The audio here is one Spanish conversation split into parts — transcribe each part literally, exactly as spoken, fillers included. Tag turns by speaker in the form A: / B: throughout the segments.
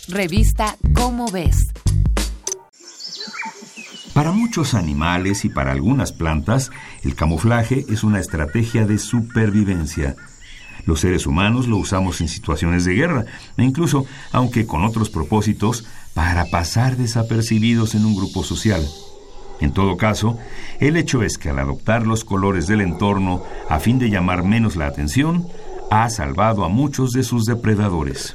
A: Revista Cómo Ves.
B: Para muchos animales y para algunas plantas, el camuflaje es una estrategia de supervivencia. Los seres humanos lo usamos en situaciones de guerra, e incluso, aunque con otros propósitos, para pasar desapercibidos en un grupo social. En todo caso, el hecho es que al adoptar los colores del entorno a fin de llamar menos la atención, ha salvado a muchos de sus depredadores.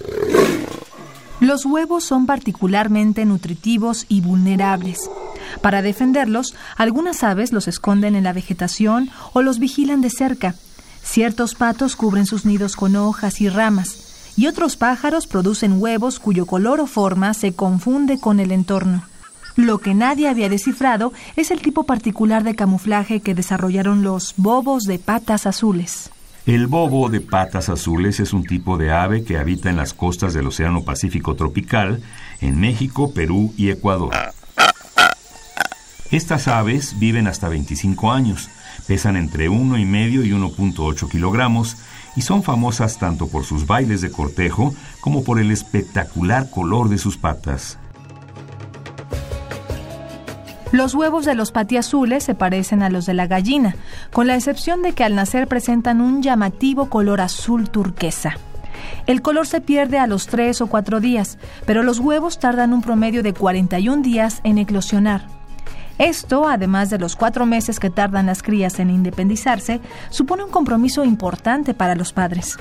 C: Los huevos son particularmente nutritivos y vulnerables. Para defenderlos, algunas aves los esconden en la vegetación o los vigilan de cerca. Ciertos patos cubren sus nidos con hojas y ramas, y otros pájaros producen huevos cuyo color o forma se confunde con el entorno. Lo que nadie había descifrado es el tipo particular de camuflaje que desarrollaron los bobos de patas azules.
B: El bobo de patas azules es un tipo de ave que habita en las costas del Océano Pacífico tropical, en México, Perú y Ecuador. Estas aves viven hasta veinticinco años, pesan entre uno y medio y uno punto ocho kilogramos y son famosas tanto por sus bailes de cortejo como por el espectacular color de sus patas.
C: Los huevos de los patiazules se parecen a los de la gallina, con la excepción de que al nacer presentan un llamativo color azul turquesa. El color se pierde a los tres o cuatro días, pero los huevos tardan un promedio de cuarenta y un días en eclosionar. Esto, además de los cuatro meses que tardan las crías en independizarse, supone un compromiso importante para los padres.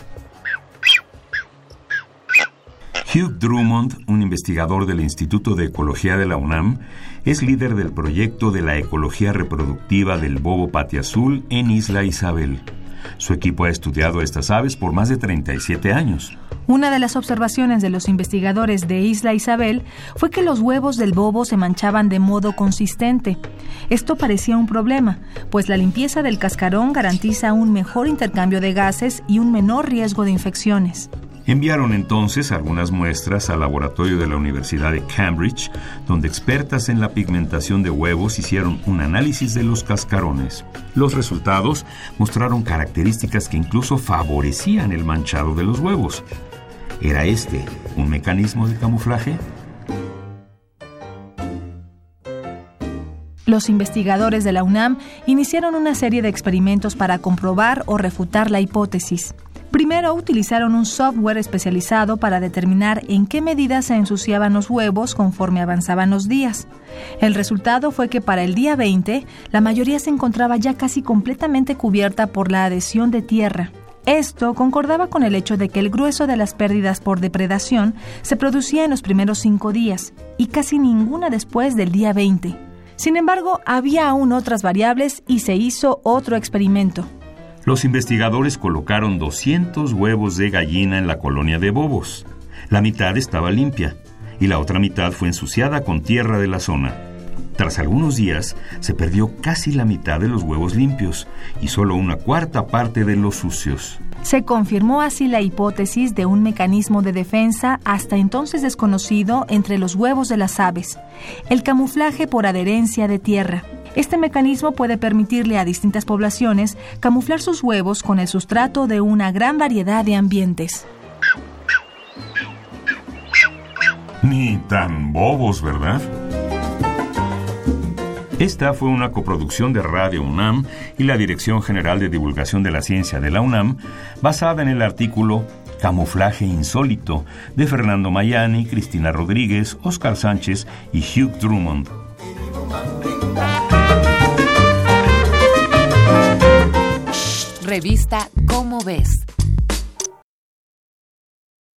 B: Hugh Drummond, un investigador del Instituto de Ecología de la UNAM, es líder del proyecto de la ecología reproductiva del bobo patiazul en Isla Isabel. Su equipo ha estudiado estas aves por más de treinta y siete años.
C: Una de las observaciones de los investigadores de Isla Isabel fue que los huevos del bobo se manchaban de modo consistente. Esto parecía un problema, pues la limpieza del cascarón garantiza un mejor intercambio de gases y un menor riesgo de infecciones.
B: Enviaron entonces algunas muestras al laboratorio de la Universidad de Cambridge, donde expertas en la pigmentación de huevos hicieron un análisis de los cascarones. Los resultados mostraron características que incluso favorecían el manchado de los huevos. ¿Era este un mecanismo de camuflaje?
C: Los investigadores de la UNAM iniciaron una serie de experimentos para comprobar o refutar la hipótesis. Primero utilizaron un software especializado para determinar en qué medida se ensuciaban los huevos conforme avanzaban los días. El resultado fue que para el día veinte, la mayoría se encontraba ya casi completamente cubierta por la adhesión de tierra. Esto concordaba con el hecho de que el grueso de las pérdidas por depredación se producía en los primeros cinco días y casi ninguna después del día veinte. Sin embargo, había aún otras variables y se hizo otro experimento.
B: Los investigadores colocaron doscientos huevos de gallina en la colonia de bobos. La mitad estaba limpia y la otra mitad fue ensuciada con tierra de la zona. Tras algunos días, se perdió casi la mitad de los huevos limpios y solo una cuarta parte de los sucios.
C: Se confirmó así la hipótesis de un mecanismo de defensa hasta entonces desconocido entre los huevos de las aves, el camuflaje por adherencia de tierra. Este mecanismo puede permitirle a distintas poblaciones camuflar sus huevos con el sustrato de una gran variedad de ambientes.
B: Ni tan bobos, ¿verdad? Esta fue una coproducción de Radio UNAM y la Dirección General de Divulgación de la Ciencia de la UNAM, basada en el artículo Camuflaje Insólito de Fernando Mayani, Cristina Rodríguez, Óscar Sánchez y Hugh Drummond.
A: Revista Cómo Ves.